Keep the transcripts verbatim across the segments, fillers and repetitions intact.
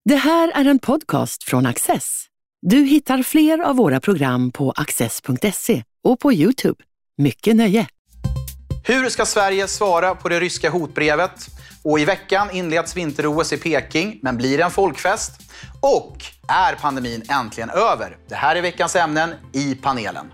Det här är en podcast från Access. Du hittar fler av våra program på access punkt se och på YouTube. Mycket nöje! Hur ska Sverige svara på det ryska hotbrevet? Och i veckan inleds vinter-O S i Peking, men blir det en folkfest? Och är pandemin äntligen över? Det här är veckans ämnen i panelen.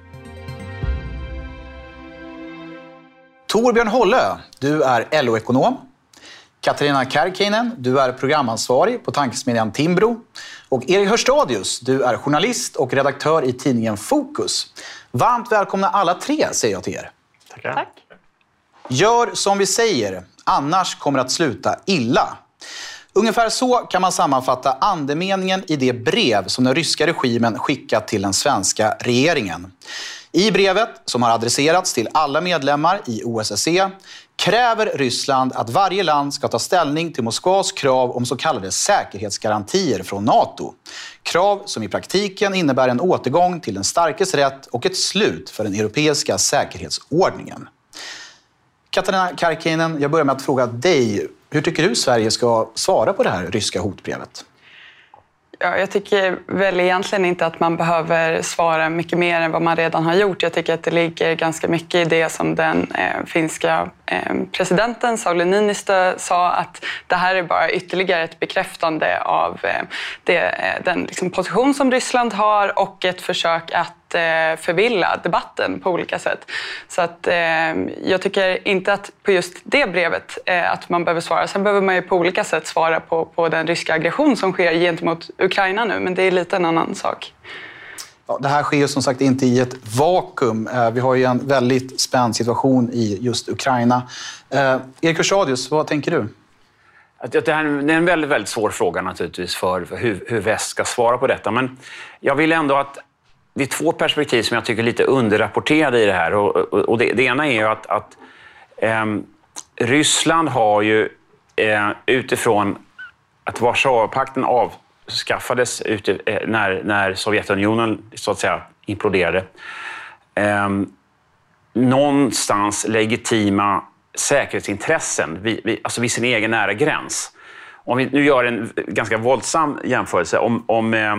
Torbjörn Hållö, du är L O-ekonom. Katarina Kärkkäinen, du är programansvarig på tankesmedjan Timbro. Och Erik Hörstadius, du är journalist och redaktör i tidningen Fokus. Varmt välkomna alla tre, säger jag till er. Tackar. Tack. Gör som vi säger, annars kommer det att sluta illa. Ungefär så kan man sammanfatta andemeningen i det brev som den ryska regimen skickat till den svenska regeringen. I brevet, som har adresserats till alla medlemmar i O S S E, kräver Ryssland att varje land ska ta ställning till Moskvas krav om så kallade säkerhetsgarantier från NATO. Krav som i praktiken innebär en återgång till den starkes rätt och ett slut för den europeiska säkerhetsordningen. Katarina Kärkkäinen, jag börjar med att fråga dig. Hur tycker du Sverige ska svara på det här ryska hotbrevet? Ja, jag tycker väl egentligen inte att man behöver svara mycket mer än vad man redan har gjort. Jag tycker att det ligger ganska mycket i det som den eh, finska eh, presidenten Sauli Niinistö sa, att det här är bara ytterligare ett bekräftande av eh, det, eh, den liksom, position som Ryssland har och ett försök att förvilla debatten på olika sätt. Så att eh, jag tycker inte att på just det brevet eh, att man behöver svara. Sen behöver man ju på olika sätt svara på, på den ryska aggression som sker gentemot Ukraina nu, men det är lite en annan sak. Ja, det här sker ju som sagt inte i ett vakuum. Eh, vi har ju en väldigt spänd situation i just Ukraina. Eh, Erik Hörstadius, vad tänker du? Det här är en väldigt, väldigt svår fråga naturligtvis för, för hur, hur väst ska svara på detta. Men jag vill ändå att det är två perspektiv som jag tycker är lite underrapporterade i det här. Och, och, och det, det ena är ju att, att eh, Ryssland har ju eh, utifrån att Warszawapakten avskaffades ute, eh, när, när Sovjetunionen så att säga imploderade. Eh, någonstans legitima säkerhetsintressen vid, vid, alltså vid sin egen nära gräns. Om vi nu gör en ganska våldsam jämförelse om... om eh,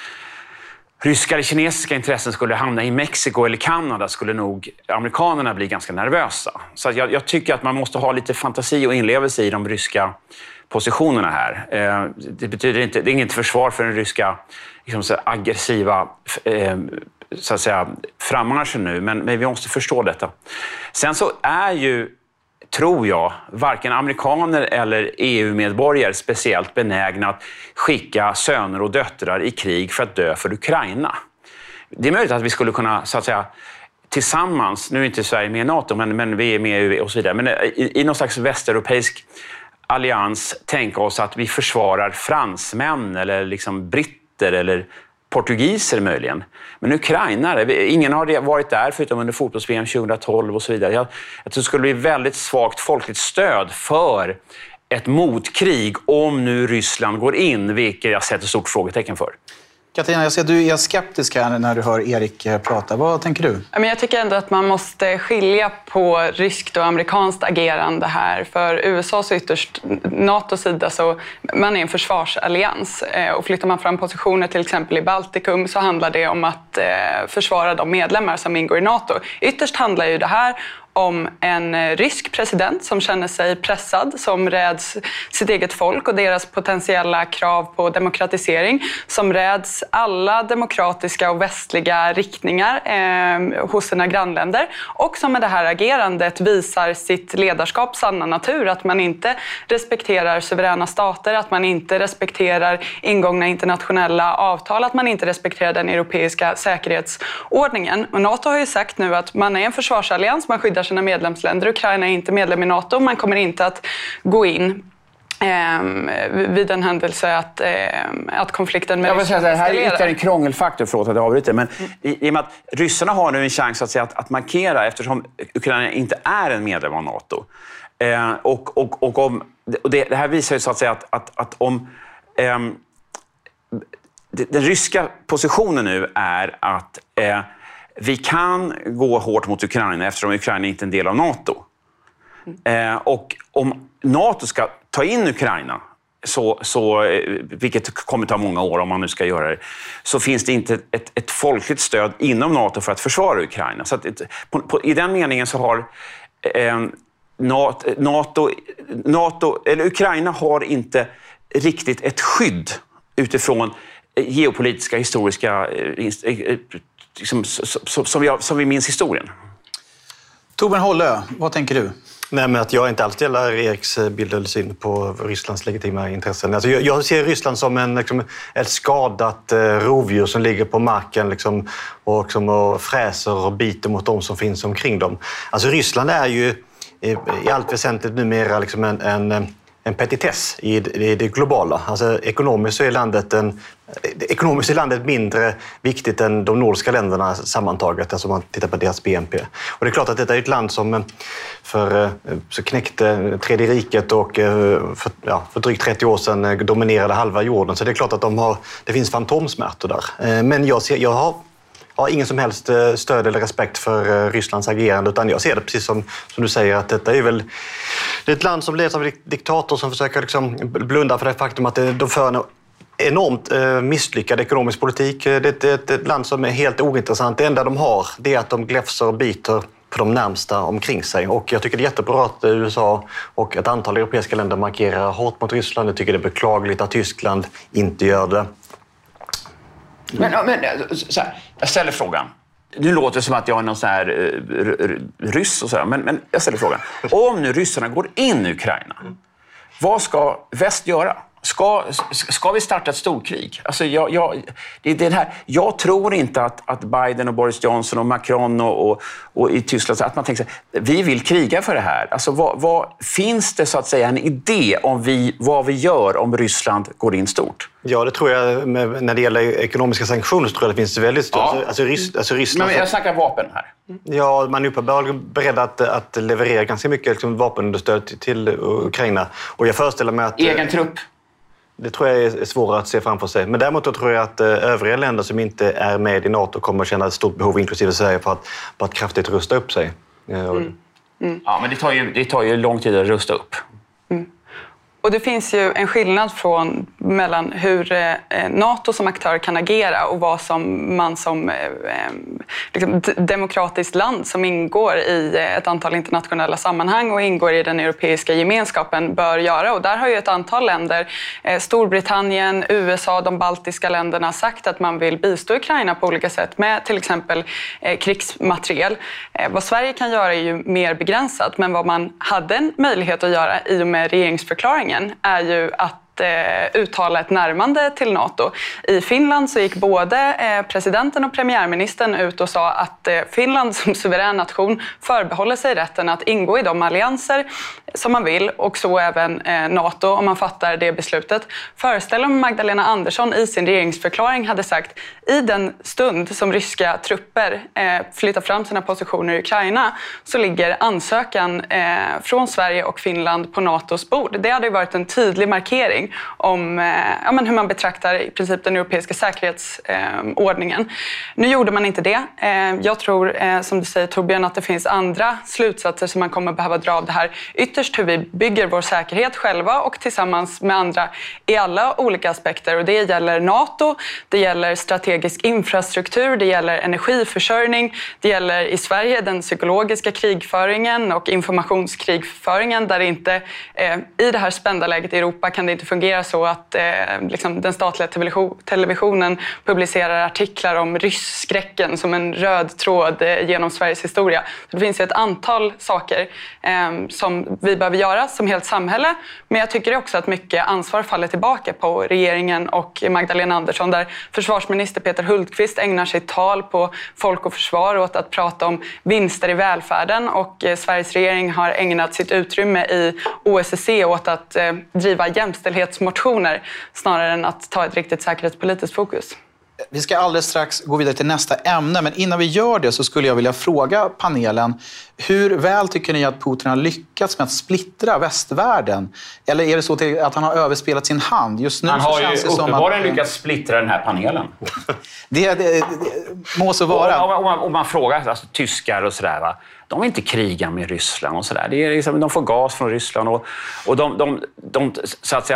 ryska eller kinesiska intressen skulle hamna i Mexiko eller Kanada skulle nog amerikanerna bli ganska nervösa. Så jag, jag tycker att man måste ha lite fantasi och inlevelse i de ryska positionerna här. Eh, det betyder inte, det är inget försvar för den ryska liksom så aggressiva eh, så att säga, frammarschen nu, men, men vi måste förstå detta. Sen så är ju, tror jag, varken amerikaner eller E U-medborgare speciellt benägna att skicka söner och döttrar i krig för att dö för Ukraina. Det är möjligt att vi skulle kunna, så att säga, tillsammans, nu är inte Sverige med i NATO, men, men vi är med i E U och så vidare, men i, i någon slags västeuropeisk allians tänka oss att vi försvarar fransmän eller liksom britter eller portugiser möjligen. Men Ukraina, ingen har varit där förutom under fotbolls-V M tjugohundratolv och så vidare. Jag, jag tror det skulle bli väldigt svagt folkligt stöd för ett motkrig om nu Ryssland går in, vilket jag sätter stort frågetecken för. Katarina, jag ser att du är skeptisk här när du hör Erik prata. Vad tänker du? Jag tycker ändå att man måste skilja på ryskt och amerikanskt agerande här. För U S A:s ytterst NATOs sida så man är en försvarsallians. Och flyttar man fram positioner till exempel i Baltikum så handlar det om att försvara de medlemmar som ingår i NATO. Ytterst handlar ju det här om en rysk president som känner sig pressad, som räds sitt eget folk och deras potentiella krav på demokratisering, som räds alla demokratiska och västliga riktningar eh, hos sina grannländer och som med det här agerandet visar sitt ledarskaps sanna natur, att man inte respekterar suveräna stater, att man inte respekterar ingångna internationella avtal, att man inte respekterar den europeiska säkerhetsordningen. Och NATO har ju sagt nu att man är en försvarsallians, man skyddar sina medlemsländer. Ukraina är inte medlem i NATO. Man kommer inte att gå in eh, vid en händelse att, eh, att konflikten med jag vill säga Ryssland det här är eskalerar. ytterligare en krångelfaktor, förlåt att jag avbryter, men Mm. i, i och med att ryssarna har nu en chans att, säga att, att markera eftersom Ukraina inte är en medlem av NATO. Eh, och, och, och, om, och det, det här visar ju så att säga att, att, att om eh, den ryska positionen nu är att eh, vi kan gå hårt mot Ukraina eftersom Ukraina inte är en del av NATO. Eh, och om NATO ska ta in Ukraina så, så, vilket kommer ta många år om man nu ska göra det, så finns det inte ett, ett folkligt stöd inom NATO för att försvara Ukraina. Så att, på, på, i den meningen så har eh, NATO, NATO, eller Ukraina har inte riktigt ett skydd utifrån geopolitiska, historiska, liksom, som, vi, som vi minns historien. Torbjörn Hållö, vad tänker du? Nej, men att jag inte alls delar Eriks bild eller syn på Rysslands legitima intressen. Alltså jag, jag ser Ryssland som en, liksom, ett skadat eh, rovdjur som ligger på marken liksom, och, liksom, och fräser och biter mot de som finns omkring dem. Alltså Ryssland är ju i, i allt väsentligt numera liksom en, en, en petitess i, i det globala. Alltså ekonomiskt så är landet en Ekonomiskt är landet mindre viktigt än de nordiska länderna sammantaget, alltså om man tittar på deras B N P. Och det är klart att detta är ett land som för, så knäckte Tredje riket och för, ja, för drygt trettio år sedan dominerade halva jorden. Så det är klart att de har, det finns fantomsmärtor där. Men jag, ser, jag har, har ingen som helst stöd eller respekt för Rysslands agerande, utan jag ser det precis som, som du säger, att detta är väl det är ett land som leds av diktator som försöker liksom blunda för det faktum att de för en enormt eh, misslyckad ekonomisk politik. Det är ett, ett, ett land som är helt ointressant. Det enda de har det är att de gläfser och biter på de närmsta omkring sig. Och jag tycker det är jättebra att U S A och ett antal europeiska länder markerar hårt mot Ryssland. Jag tycker det är beklagligt att Tyskland inte gör det. Men, men så här, jag ställer frågan. Nu låter det som att jag är någon sån här uh, ryss och så här, men, men jag ställer frågan. Om nu ryssarna går in i Ukraina, vad ska väst göra? Ska, ska vi starta ett storkrig? Alltså jag, jag, det är den här, jag tror inte att, att Biden och Boris Johnson och Macron och, och, och i Tyskland, att man tänker så här, vi vill kriga för det här. Alltså vad, vad, finns det så att säga en idé om vi, vad vi gör om Ryssland går in stort? Ja, det tror jag. Med, när det gäller ekonomiska sanktioner så tror jag det finns väldigt stort. Ja. Alltså, Rys, alltså Ryssland... Men jag snackar vapen här. Ja, man är uppenbarligen beredd att, att leverera ganska mycket liksom, vapenunderstöd till, till Ukraina. Och jag föreställer mig att... Egen trupp? Det tror jag är svårare att se framför sig. Men däremot tror jag att övriga länder som inte är med i NATO kommer att känna ett stort behov, inklusive Sverige, för att, för att kraftigt rusta upp sig. Mm. Mm. Ja, men det tar, ju, det tar ju lång tid att rusta upp. Mm. Och det finns ju en skillnad från, mellan hur eh, NATO som aktör kan agera och vad som man som eh, liksom, d- demokratiskt land som ingår i ett antal internationella sammanhang och ingår i den europeiska gemenskapen bör göra. Och där har ju ett antal länder, eh, Storbritannien, U S A, de baltiska länderna, sagt att man vill bistå Ukraina på olika sätt med till exempel eh, krigsmateriel. Eh, vad Sverige kan göra är ju mer begränsat, men vad man hade en möjlighet att göra i och med regeringsförklaringen är ju att uttala ett närmande till NATO. I Finland så gick både presidenten och premiärministern ut och sa att Finland som suverän nation förbehåller sig rätten att ingå i de allianser som man vill, och så även NATO om man fattar det beslutet. Föreställer om Magdalena Andersson i sin regeringsförklaring hade sagt i den stund som ryska trupper flyttar fram sina positioner i Ukraina så ligger ansökan från Sverige och Finland på NATOs bord. Det hade ju varit en tydlig markering om ja, men hur man betraktar i princip den europeiska säkerhetsordningen. Eh, nu gjorde man inte det. Eh, jag tror, eh, som du säger Torbjörn, att det finns andra slutsatser som man kommer behöva dra av det här. Ytterst hur vi bygger vår säkerhet själva och tillsammans med andra i alla olika aspekter. Och det gäller NATO, det gäller strategisk infrastruktur, det gäller energiförsörjning, det gäller i Sverige den psykologiska krigföringen och informationskrigföringen, där det inte eh, i det här spända läget i Europa kan det inte fungera så att eh, liksom den statliga television, televisionen publicerar artiklar om rysskräcken som en röd tråd eh, genom Sveriges historia. Så det finns ju ett antal saker eh, som vi behöver göra som helt samhälle, men jag tycker också att mycket ansvar faller tillbaka på regeringen och Magdalena Andersson, där försvarsminister Peter Hultqvist ägnar sitt tal på Folk och Försvar åt att prata om vinster i välfärden, och eh, Sveriges regering har ägnat sitt utrymme i O S S E åt att eh, driva jämställdhetsmotioner snarare än att ta ett riktigt säkerhetspolitiskt fokus. Vi ska alldeles strax gå vidare till nästa ämne, men innan vi gör det så skulle jag vilja fråga panelen, hur väl tycker ni att Putin har lyckats med att splittra västvärlden? Eller är det så att han har överspelat sin hand? Just nu han har så känns ju det som uppenbarligen att... lyckats splittra den här panelen. det, det, det må så vara. Och, och, och, man, och man frågar alltså, tyskar och sådär, va? De vill inte kriga med Ryssland och sådär. Det är liksom, de får gas från Ryssland och, och de, de, de, så att säga,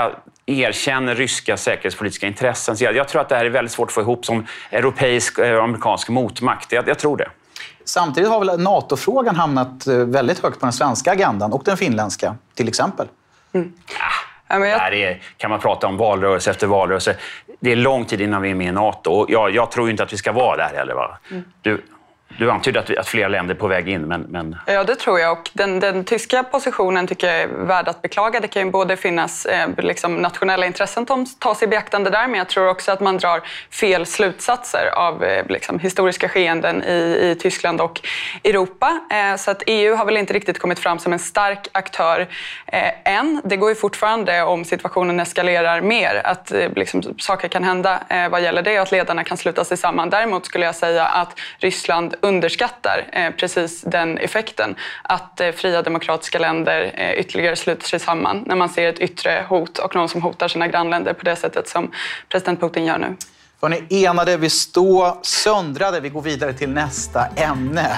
erkänner ryska säkerhetspolitiska intressen. Så jag, jag tror att det här är väldigt svårt att få ihop som europeisk och amerikansk motmakt. Jag, jag tror det. Samtidigt har väl NATO-frågan hamnat väldigt högt på den svenska agendan och den finländska till exempel. Mm. Ja, men jag... Där är, kan man prata om valrörelse efter valrörelse. Det är lång tid innan vi är med i NATO och jag, jag tror inte att vi ska vara där heller. Va? Mm. Du, Du antyder att, att flera länder är på väg in, men... men... Ja, det tror jag. Och den, den tyska positionen tycker jag är värd att beklaga. Det kan ju både finnas eh, liksom nationella intressen som tas i beaktande där, men jag tror också att man drar fel slutsatser av eh, liksom, historiska skeenden i, i Tyskland och Europa. Eh, så att E U har väl inte riktigt kommit fram som en stark aktör eh, än. Det går ju fortfarande, om situationen eskalerar mer, att eh, liksom, saker kan hända eh, vad gäller det och att ledarna kan sluta sig samman. Däremot skulle jag säga att Ryssland underskattar eh, precis den effekten att eh, fria demokratiska länder eh, ytterligare sluter sig samman när man ser ett yttre hot och någon som hotar sina grannländer på det sättet som president Putin gör nu. Var ni enade, vi står söndrade, vi går vidare till nästa ämne.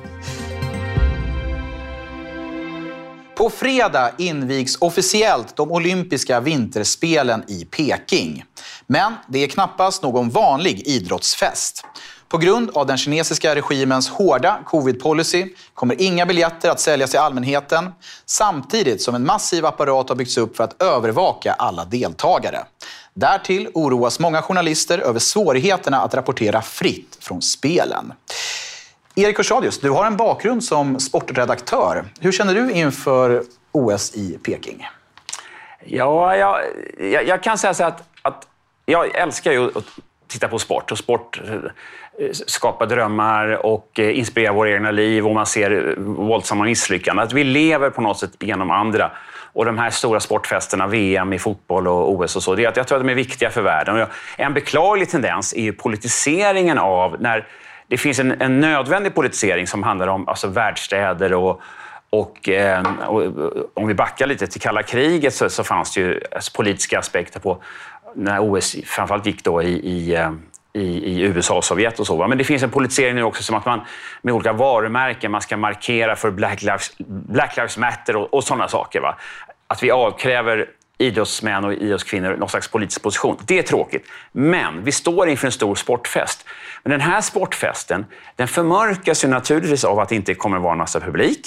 På fredag invigs officiellt de olympiska vinterspelen i Peking. Men det är knappast någon vanlig idrottsfest. På grund av den kinesiska regimens hårda covid-policy kommer inga biljetter att säljas till allmänheten, samtidigt som en massiv apparat har byggts upp för att övervaka alla deltagare. Därtill oroas många journalister över svårigheterna att rapportera fritt från spelen. Erik Orsadius, du har en bakgrund som sportredaktör. Hur känner du inför O S i Peking? Ja, jag, jag, jag kan säga så att, att jag älskar ju att titta på sport och sport skapar drömmar och inspirerar våra egna liv och man ser våldsamma misslyckanden. Att vi lever på något sätt genom andra. Och de här stora sportfesterna, V M i fotboll och O S och så, det är att jag tror att de är viktiga för världen. Och en beklaglig tendens är ju politiseringen av när det finns en, en nödvändig politisering som handlar om alltså, världsstäder och Och, eh, och om vi backar lite till kalla kriget så, så fanns det ju alltså, politiska aspekter på när O S framförallt gick då i, i, i, i U S A och Sovjet och så. Va? Men det finns en politisering nu också som att man med olika varumärken man ska markera för Black Lives, Black Lives Matter och, och sådana saker. Va? Att vi avkräver idrottsmän och idrottskvinnor någon slags politisk position. Det är tråkigt. Men vi står inför en stor sportfest. Men den här sportfesten den förmörkas ju naturligtvis av att det inte kommer att vara en massa publik.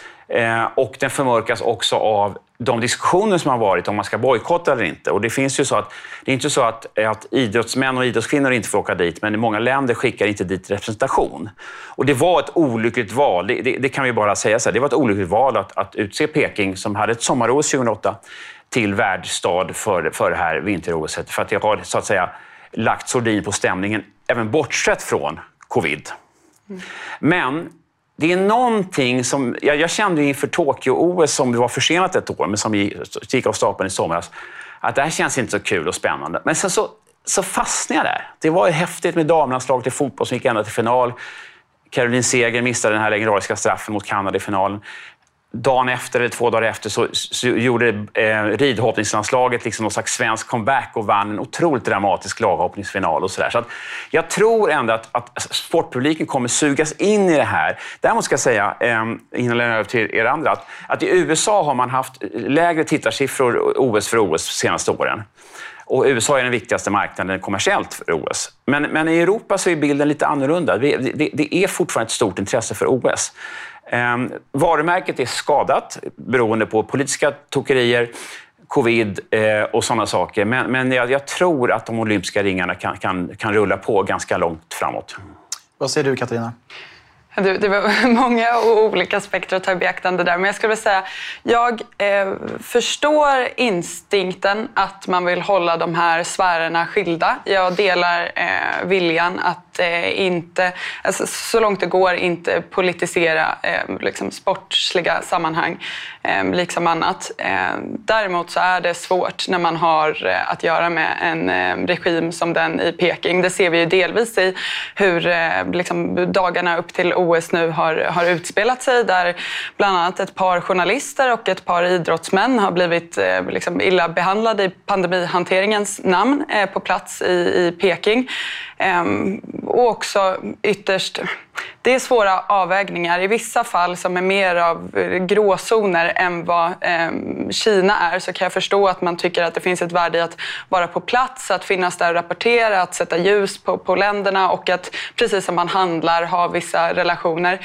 Eh, och den förmörkas också av de diskussioner som har varit om man ska bojkotta eller inte. Och det finns ju så att det är inte så att, att idrottsmän och idrottskvinnor inte får åka dit, men i många länder skickar inte dit representation. Och det var ett olyckligt val, det, det, det kan vi bara säga så här. Det var ett olyckligt val att, att utse Peking som hade ett sommar-O S tjugohundraåtta till världsstad för, för det här vinter-O S. För att det har så att säga lagt sordin på stämningen, även bortsett från covid. Mm. Men det är någonting som, jag, jag kände inför Tokyo-O S som det var försenat ett år, men som gick av stapeln i somras, att det här känns inte så kul och spännande. Men sen så, så fastnade jag där. Det var häftigt med damlandslaget i fotboll som gick ända till final. Caroline Seger missade den här legendariska straffen mot Kanada i finalen. Dagen efter, eller två dagar efter, så, så gjorde eh, ridhoppningslandslaget liksom någon slags svensk comeback och vann en otroligt dramatisk laghoppningsfinal och sådär. Så att jag tror ändå att, att sportpubliken kommer sugas in i det här. Däremot ska jag säga, eh, innan jag lämnar över till er andra, att, att i U S A har man haft lägre tittarsiffror O S för O S de senaste åren. Och U S A är den viktigaste marknaden kommersiellt för O S. Men, men i Europa så är bilden lite annorlunda. Det, det, det är fortfarande ett stort intresse för O S. Eh, varumärket är skadat beroende på politiska tokerier, covid eh, och sådana saker. Men, men jag, jag tror att de olympiska ringarna kan, kan, kan rulla på ganska långt framåt. Vad säger du, Katarina? Det, det var många olika aspekter att ta i beaktande där. Men jag skulle vilja säga, jag eh, förstår instinkten att man vill hålla de här sfärerna skilda. Jag delar eh, viljan att eh, inte, alltså, så långt det går, inte politisera eh, liksom sportsliga sammanhang, eh, liksom annat. Eh, däremot så är det svårt när man har eh, att göra med en eh, regim som den i Peking. Det ser vi ju delvis i hur eh, liksom, dagarna upp till O S nu har, har utspelat sig, där bland annat ett par journalister och ett par idrottsmän har blivit eh, liksom illa behandlade i pandemihanteringens namn eh, på plats i, i Peking. Och också ytterst, det är svåra avvägningar. I vissa fall som är mer av gråzoner än vad Kina är, så kan jag förstå att man tycker att det finns ett värde i att vara på plats, att finnas där och rapportera, att sätta ljus på, på länderna och att precis som man handlar ha vissa relationer.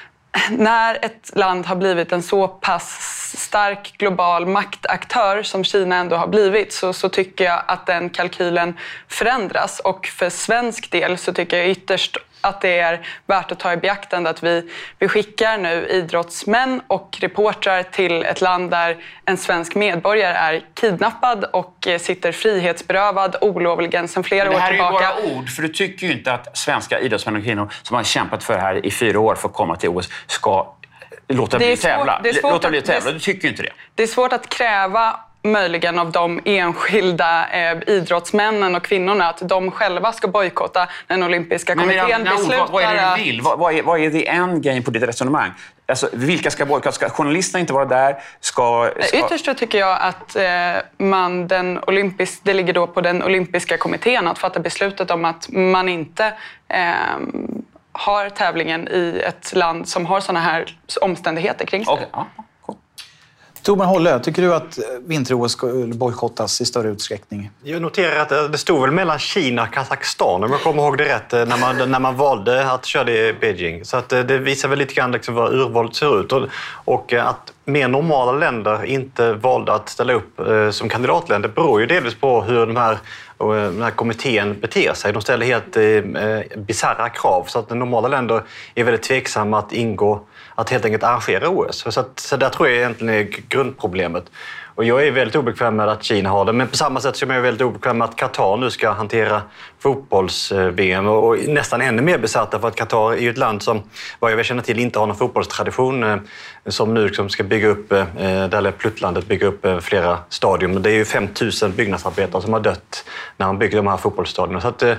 När ett land har blivit en så pass stark global maktaktör som Kina ändå har blivit, så, så tycker jag att den kalkylen förändras. Och för svensk del så tycker jag ytterst att det är värt att ta i beaktande att vi, vi skickar nu idrottsmän och reportrar till ett land där en svensk medborgare är kidnappad och sitter frihetsberövad olovligen sedan flera år tillbaka. Det här är ju bara ord, för du tycker ju inte att svenska idrottsmän och kvinnor som har kämpat för det här i fyra år för att komma till O S ska låta bli tävla. Låta bli tävla, du tycker ju inte det. Det är svårt att kräva möjligen av de enskilda eh, idrottsmännen och kvinnorna att de själva ska bojkotta den olympiska kommittén. Men, men, beslutar vad, vad är det du vill? Vad, vad, är, vad är det endgame på ditt resonemang? Alltså, vilka ska bojkotta? Ska journalisterna inte vara där? Ska, ska... Ytterst så tycker jag att eh, man, den olympisk, det ligger då på den olympiska kommittén att fatta beslutet om att man inte eh, har tävlingen i ett land som har såna här omständigheter kring sig. Okay. Ja. Torbjörn Hålle, tycker du att vinter-O S ska bojkottas i större utsträckning? Jag noterar att det stod väl mellan Kina och Kazakstan, om jag kommer ihåg det rätt, när man, när man valde att köra det i Beijing. Så att det visar väl lite grann liksom vad urvalet ser ut. Och, och att mer normala länder inte valde att ställa upp eh, som kandidatländer beror ju delvis på hur de här, eh, den här kommittén beter sig. De ställer helt eh, bizarra krav, så att normala länder är väldigt tveksamma att ingå, att helt enkelt arrangera O S. Så, att, så där tror jag egentligen är grundproblemet. Och jag är väldigt obekväm med att Kina har det, men på samma sätt som jag är väldigt obekväm med att Qatar nu ska hantera fotbolls-V M och nästan ännu mer besatta för att Qatar är ju ett land som, vad jag känner till, inte har någon fotbollstradition, som nu liksom ska bygga upp, där Pluttlandet bygga upp flera stadion. Det är ju fem tusen byggnadsarbetare som har dött när man bygger de här fotbollsstadierna. Så att,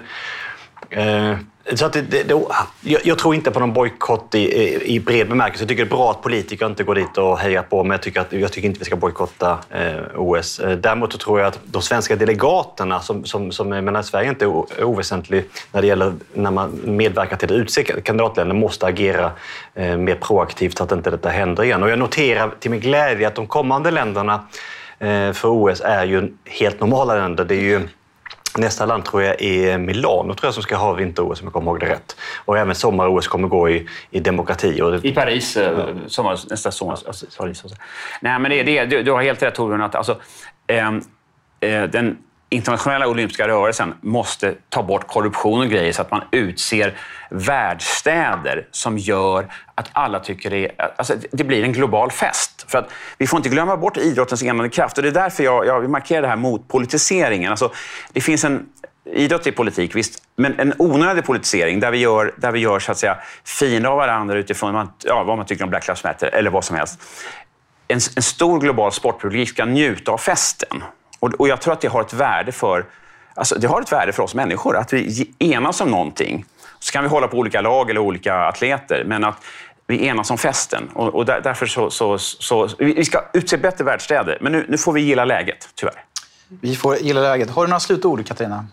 eh, Så att det, det, det, jag, jag tror inte på någon bojkott i, i, i bred bemärkelse. Jag tycker det är bra att politiker inte går dit och hejar på, men jag tycker, att, jag tycker inte vi ska bojkotta eh, O S. Däremot så tror jag att de svenska delegaterna, som, som, som menar att Sverige inte är oväsentlig när det gäller när man medverkar till att utse kandidatländer, måste agera eh, mer proaktivt så att inte detta händer igen. Och jag noterar till min glädje att de kommande länderna eh, för O S är ju helt normala länder. Det är ju nästa land tror jag är Milano, tror jag, som ska ha vinter-O S, om jag kommer ihåg det rätt. Och även sommar-O S kommer gå i, i demokrati. Och det... I Paris, ja. sommar, nästa sommar. Alltså, Paris. Nej, men det, det, du, du har helt rätt, Torbjörn, att alltså, eh, eh, den internationella olympiska rörelsen måste ta bort korruption och grejer så att man utser världsstäder som gör att alla tycker det, är, alltså, det blir en global fest. För att vi får inte glömma bort idrottens enande kraft, och det är därför jag, jag vill markera det här mot politiseringen. Alltså, det finns en idrott i politik, visst, men en onödig politisering där vi gör, där vi gör så att säga fina av varandra utifrån man, ja, vad man tycker om Black Lives Matter eller vad som helst. En, en stor global sportpublik ska njuta av festen. Och, och jag tror att det har ett värde för, alltså det har ett värde för oss människor att vi enas om någonting. Så kan vi hålla på olika lag eller olika atleter, men att vi enas om festen. Och, och där, därför så, så, så... Vi ska utse bättre världsstäder, men nu, nu får vi gilla läget, tyvärr. Vi får gilla läget. Har du några slutord, Katarina?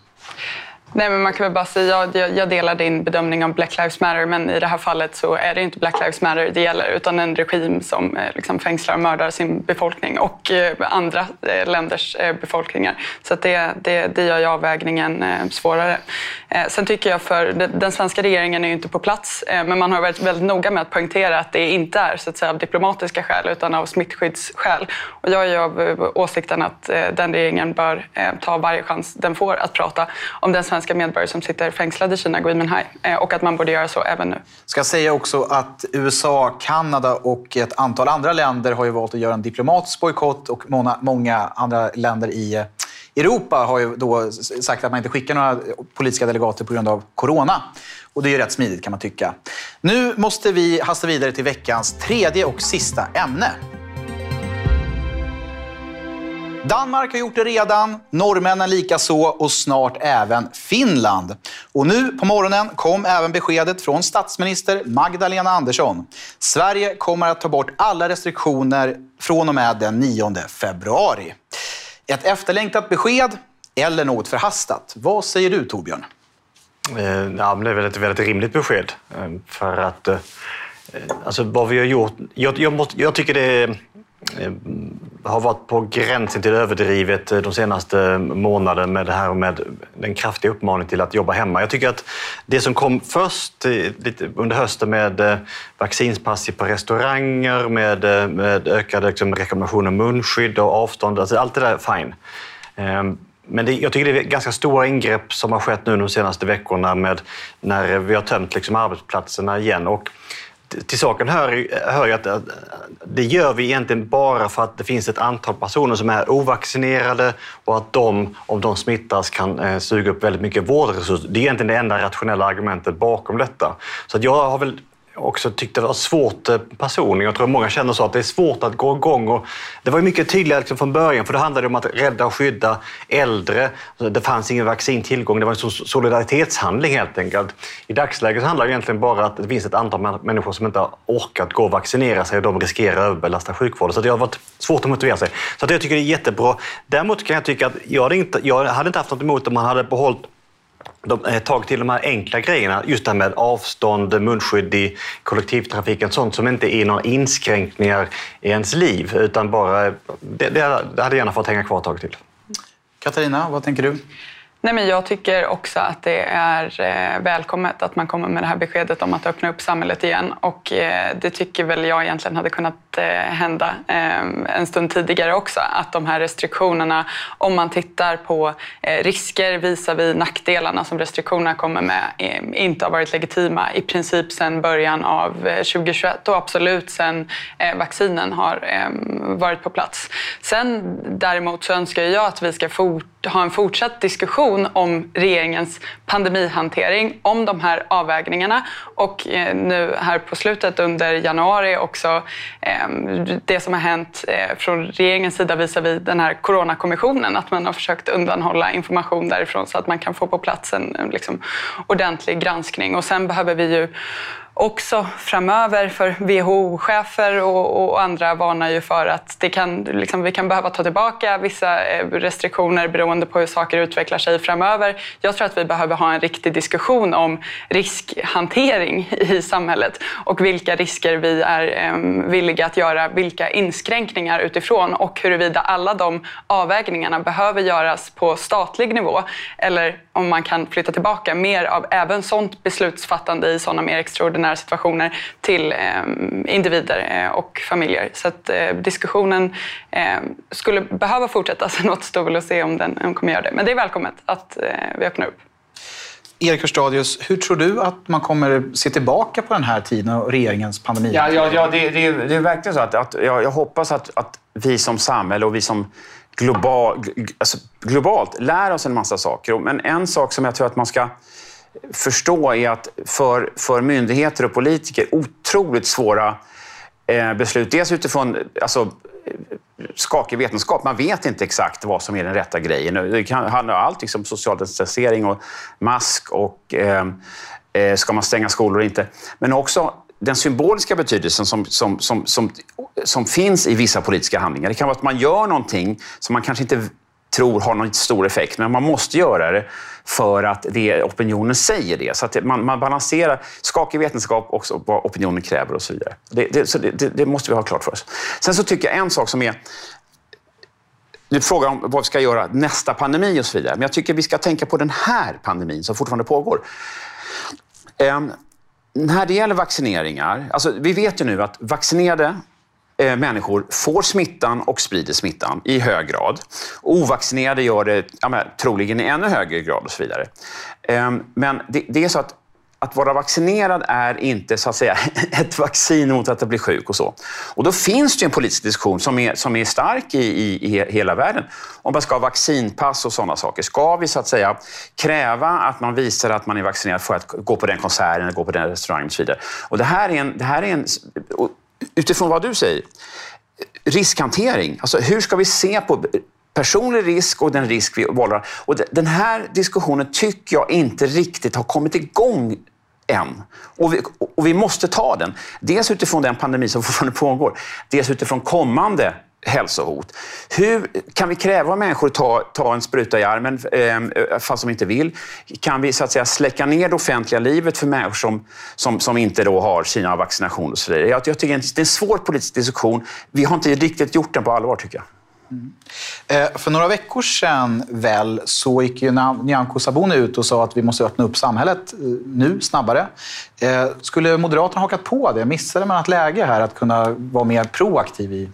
Nej, men man kan väl bara säga, jag, jag delar din bedömning om Black Lives Matter, men i det här fallet så är det inte Black Lives Matter det gäller, utan en regim som eh, liksom fängslar och mördar sin befolkning och eh, andra eh, länders eh, befolkningar. Så att det, det, det gör ju avvägningen eh, svårare. Eh, sen tycker jag för det, den svenska regeringen är ju inte på plats, eh, men man har varit väldigt noga med att poängtera att det inte är så att säga av diplomatiska skäl utan av smittskyddsskäl. Och jag är ju av eh, åsikten att eh, den regeringen bör eh, ta varje chans den får att prata om den svenska medborgare som sitter fängslade i Kina, Gui Minhai, och att man borde göra så även nu. Ska säga också att U S A, Kanada och ett antal andra länder har ju valt att göra en diplomatisk bojkott, och många, många andra länder i Europa har ju då sagt att man inte skickar några politiska delegater på grund av corona. Och det är ju rätt smidigt, kan man tycka. Nu måste vi hasta vidare till veckans tredje och sista ämne. Danmark har gjort det redan, norrmännen lika så och snart även Finland. Och nu på morgonen kom även beskedet från statsminister Magdalena Andersson. Sverige kommer att ta bort alla restriktioner från och med den nionde februari. Ett efterlängtat besked eller något förhastat? Vad säger du, Torbjörn? Ja, men det är väl ett väldigt rimligt besked. För att alltså, vad vi har gjort... Jag, jag, måste, jag tycker det har varit på gränsen till överdrivet de senaste månaderna med det här och med den kraftiga uppmaningen till att jobba hemma. Jag tycker att det som kom först lite under hösten med vaccinspass på restauranger, med, med ökade liksom, rekommendationer om munskydd och avstånd, alltså allt det där är fine. Men det, jag tycker det är ganska stora ingrepp som har skett nu de senaste veckorna med när vi har tömt liksom, arbetsplatserna igen. Och till saken hör, hör jag att det gör vi egentligen bara för att det finns ett antal personer som är ovaccinerade och att de, om de smittas, kan eh, suga upp väldigt mycket vårdresurser. Det är egentligen det enda rationella argumentet bakom detta. Så att jag har väl också tyckt det var svårt personligen. Jag tror att många känner så att det är svårt att gå igång. Och det var ju mycket tydligare liksom från början, för det handlade om att rädda och skydda äldre. Det fanns ingen vaccintillgång, det var en solidaritetshandling helt enkelt. I dagsläget handlar det egentligen bara att det finns ett antal människor som inte har orkat gå och vaccinera sig och de riskerar att överbelasta sjukvården. Så det har varit svårt att motivera sig. Så att jag tycker det är jättebra. Däremot kan jag tycka att jag hade inte, jag hade inte haft något emot om man hade behållit de, ett tag till de här enkla grejerna, just det här med avstånd, munskydd i kollektivtrafiken, sånt som inte är några inskränkningar i ens liv, utan bara, det, det, det hade gärna fått hänga kvar ett tag till. Katarina, vad tänker du? Nej, men jag tycker också att det är eh, välkommet att man kommer med det här beskedet om att öppna upp samhället igen. Och eh, det tycker väl jag egentligen hade kunnat eh, hända eh, en stund tidigare också. Att de här restriktionerna, om man tittar på eh, risker visar vi nackdelarna som restriktionerna kommer med, eh, inte har varit legitima i princip sedan början av eh, tjugohundratjugoett och absolut sedan eh, vaccinen har eh, varit på plats. Sen däremot så önskar jag att vi ska fort, ha en fortsatt diskussion om regeringens pandemihantering, om de här avvägningarna och eh, nu här på slutet under januari också eh, det som har hänt eh, från regeringens sida visar vi den här coronakommissionen, att man har försökt undanhålla information därifrån så att man kan få på plats en, en liksom, ordentlig granskning. Och sen behöver vi ju också framöver, för W H O-chefer och, och andra varnar ju för att det kan, liksom, vi kan behöva ta tillbaka vissa restriktioner beroende på hur saker utvecklar sig framöver. Jag tror att vi behöver ha en riktig diskussion om riskhantering i samhället och vilka risker vi är eh, villiga att göra, vilka inskränkningar utifrån och huruvida alla de avvägningarna behöver göras på statlig nivå eller om man kan flytta tillbaka mer av även sånt beslutsfattande i sådana mer extraordinära situationer till eh, individer eh, och familjer. Så att eh, diskussionen eh, skulle behöva fortsätta, så något står väl att se om den om kommer göra det. Men det är välkommet att eh, vi öppnar upp. Erik Hörstadius, hur tror du att man kommer se tillbaka på den här tiden och regeringens pandemi? Ja, ja, ja det, det, det är verkligen så att, att jag, jag hoppas att, att vi som samhälle och vi som global, alltså globalt lär oss en massa saker. Men en sak som jag tror att man ska förstå är att för, för myndigheter och politiker otroligt svåra eh, beslut. Dels utifrån alltså, skakig vetenskap. Man vet inte exakt vad som är den rätta grejen. Det kan handla om allt, liksom social distansering och mask och eh, eh, ska man stänga skolor eller inte. Men också den symboliska betydelsen som, som, som, som, som finns i vissa politiska handlingar. Det kan vara att man gör någonting som man kanske inte tror har någon stor effekt, men man måste göra det för att det, opinionen säger det. Så att man, man balanserar skakig vetenskap och vad opinionen kräver och så vidare. Det, det, så det, det måste vi ha klart för oss. Sen så tycker jag en sak som är... Du frågar om vad vi ska göra nästa pandemi och så vidare. Men jag tycker vi ska tänka på den här pandemin som fortfarande pågår. Um, när det gäller vaccineringar, alltså vi vet ju nu att vaccinerade eh, människor får smittan och sprider smittan i hög grad. Ovaccinerade gör det ja, men, troligen i ännu högre grad och så vidare. Eh, men det, det är så att att vara vaccinerad är inte så att säga ett vaccin mot att bli sjuk och så. Och då finns det ju en politisk diskussion som är, som är stark i, i, i hela världen. Om man ska ha vaccinpass och sådana saker. Ska vi så att säga kräva att man visar att man är vaccinerad för att gå på den konserten eller gå på den restaurangen och så vidare. Och det här är en, det här är en utifrån vad du säger, riskhantering. Alltså hur ska vi se på personlig risk och den risk vi vållar. Och den här diskussionen tycker jag inte riktigt har kommit igång än. Och vi, och vi måste ta den. Dels utifrån den pandemi som fortfarande pågår. Dels utifrån kommande hälsohot. Hur kan vi kräva människor att ta, ta en spruta i armen eh, fast de inte vill? Kan vi så att säga släcka ner det offentliga livet för människor som, som, som inte då har sina vaccinationer och så vidare? Jag, jag tycker det är en svår politisk diskussion. Vi har inte riktigt gjort den på allvar, tycker jag. Mm. Eh, för några veckor sedan väl så gick ju Nyamko Sabuni ut och sa att vi måste öppna upp samhället eh, nu snabbare. Eh, skulle Moderaterna hakat på det? Missade man ett läge här att kunna vara mer proaktiv i?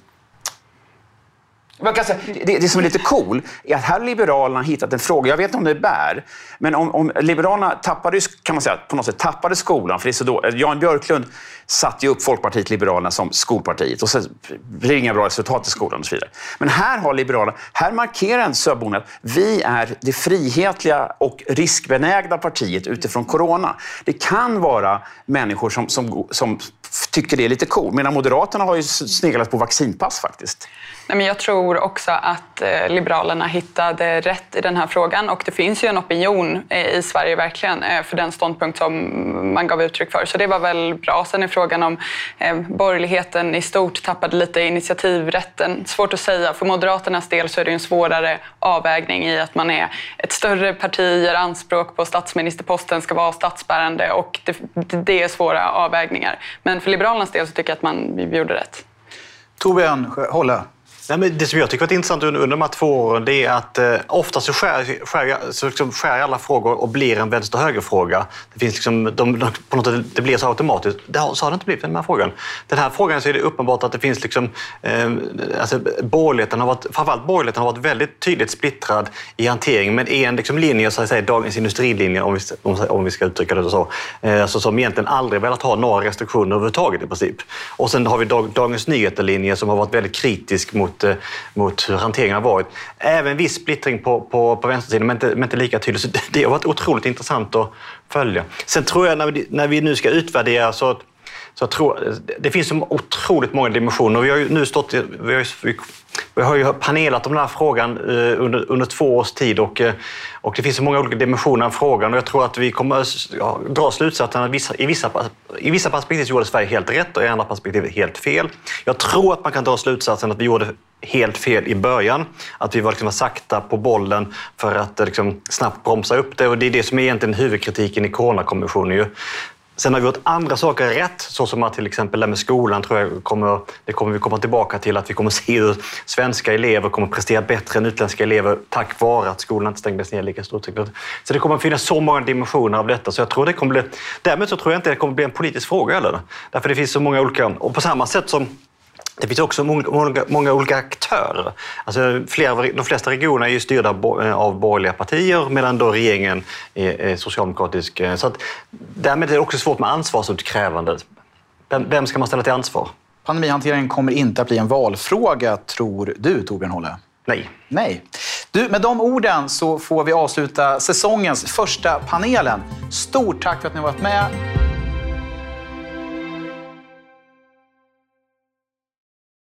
Man kan säga, det, det som är lite cool är att här har Liberalerna hittat en fråga. Jag vet inte om det bär, men om, om Liberalerna tappade, kan man säga, på något sätt tappade skolan. För det är så då, Jan Björklund satte ju upp Folkpartiet Liberalerna som skolpartiet och så blir det inga bra resultat i skolan och så vidare. Men här har Liberalerna, här markerar en Sabuni att vi är det frihetliga och riskbenägna partiet utifrån corona. Det kan vara människor som, som, som tycker det är lite cool, medan Moderaterna har ju sneglat på vaccinpass faktiskt. Nej, men jag tror också att eh, Liberalerna hittade rätt i den här frågan, och det finns ju en opinion eh, i Sverige verkligen eh, för den ståndpunkt som man gav uttryck för. Så det var väl bra. Sen är frågan om eh, borgerligheten i stort tappade lite initiativrätten. Svårt att säga. För Moderaternas del så är det en svårare avvägning i att man är ett större parti, gör anspråk på statsministerposten, ska vara statsbärande, och det, det är svåra avvägningar. Men för Liberalernas del så tycker jag att man gjorde rätt. Torbjörn Hålle. Nej, men det som jag tycker varit intressant under, under de här två åren, det är att eh, ofta så skär, skär, så liksom skär alla frågor och blir en vänster-höger-fråga. Det finns liksom, de, de, på något sätt, det blir så automatiskt. Det har, så har det inte blivit den här frågan. Den här frågan så är det uppenbart att det finns liksom, eh, alltså borgerligheten har varit, framförallt borgerligheten har varit väldigt tydligt splittrad i hantering, men en liksom linje, så att säga, dagens industrilinje, om vi, om, om vi ska uttrycka det så, eh, alltså, som egentligen aldrig velat ha några restriktioner överhuvudtaget i princip. Och sen har vi dag, Dagens Nyheter-linje som har varit väldigt kritisk mot mot hur hanteringen har varit. Även viss splittring på, på, på vänstersidan, men inte, men inte lika tydligt. Så det, det har varit otroligt intressant att följa. Sen tror jag när vi, när vi nu ska utvärdera så, så tror det finns så otroligt många dimensioner. Vi har ju nu stått, vi har, vi, vi har ju panelat om den här frågan under, under två års tid, och, och det finns så många olika dimensioner av frågan, och jag tror att vi kommer ja, dra slutsatsen att vissa, i, vissa, i vissa perspektiv gjorde Sverige helt rätt och i andra perspektiv helt fel. Jag tror att man kan dra slutsatsen att vi gjorde helt fel i början, att vi var liksom sakta på bollen för att liksom snabbt bromsa upp det, och det är det som är egentligen huvudkritiken i Coronakommissionen ju. Sen har vi gjort andra saker rätt, så som att till exempel det med skolan tror jag kommer, det kommer vi komma tillbaka till, att vi kommer se hur svenska elever kommer prestera bättre än utländska elever tack vare att skolan inte stängdes ner lika stort. Så det kommer finnas så många dimensioner av detta, så jag tror det kommer bli, därmed så tror jag inte det kommer bli en politisk fråga heller. Därför det finns så många olika, och på samma sätt som det finns också många, många, många olika aktörer. Alltså flera, de flesta regioner är ju styrda av borgerliga partier, medan då regeringen är, är socialdemokratisk. Så att därmed är det också svårt med ansvarsutkrävande. Vem, vem ska man ställa till ansvar? Pandemihanteringen kommer inte att bli en valfråga, tror du, Torbjörn Hålle? Nej. Nej. Du, med de orden så får vi avsluta säsongens första panelen. Stort tack för att ni har varit med.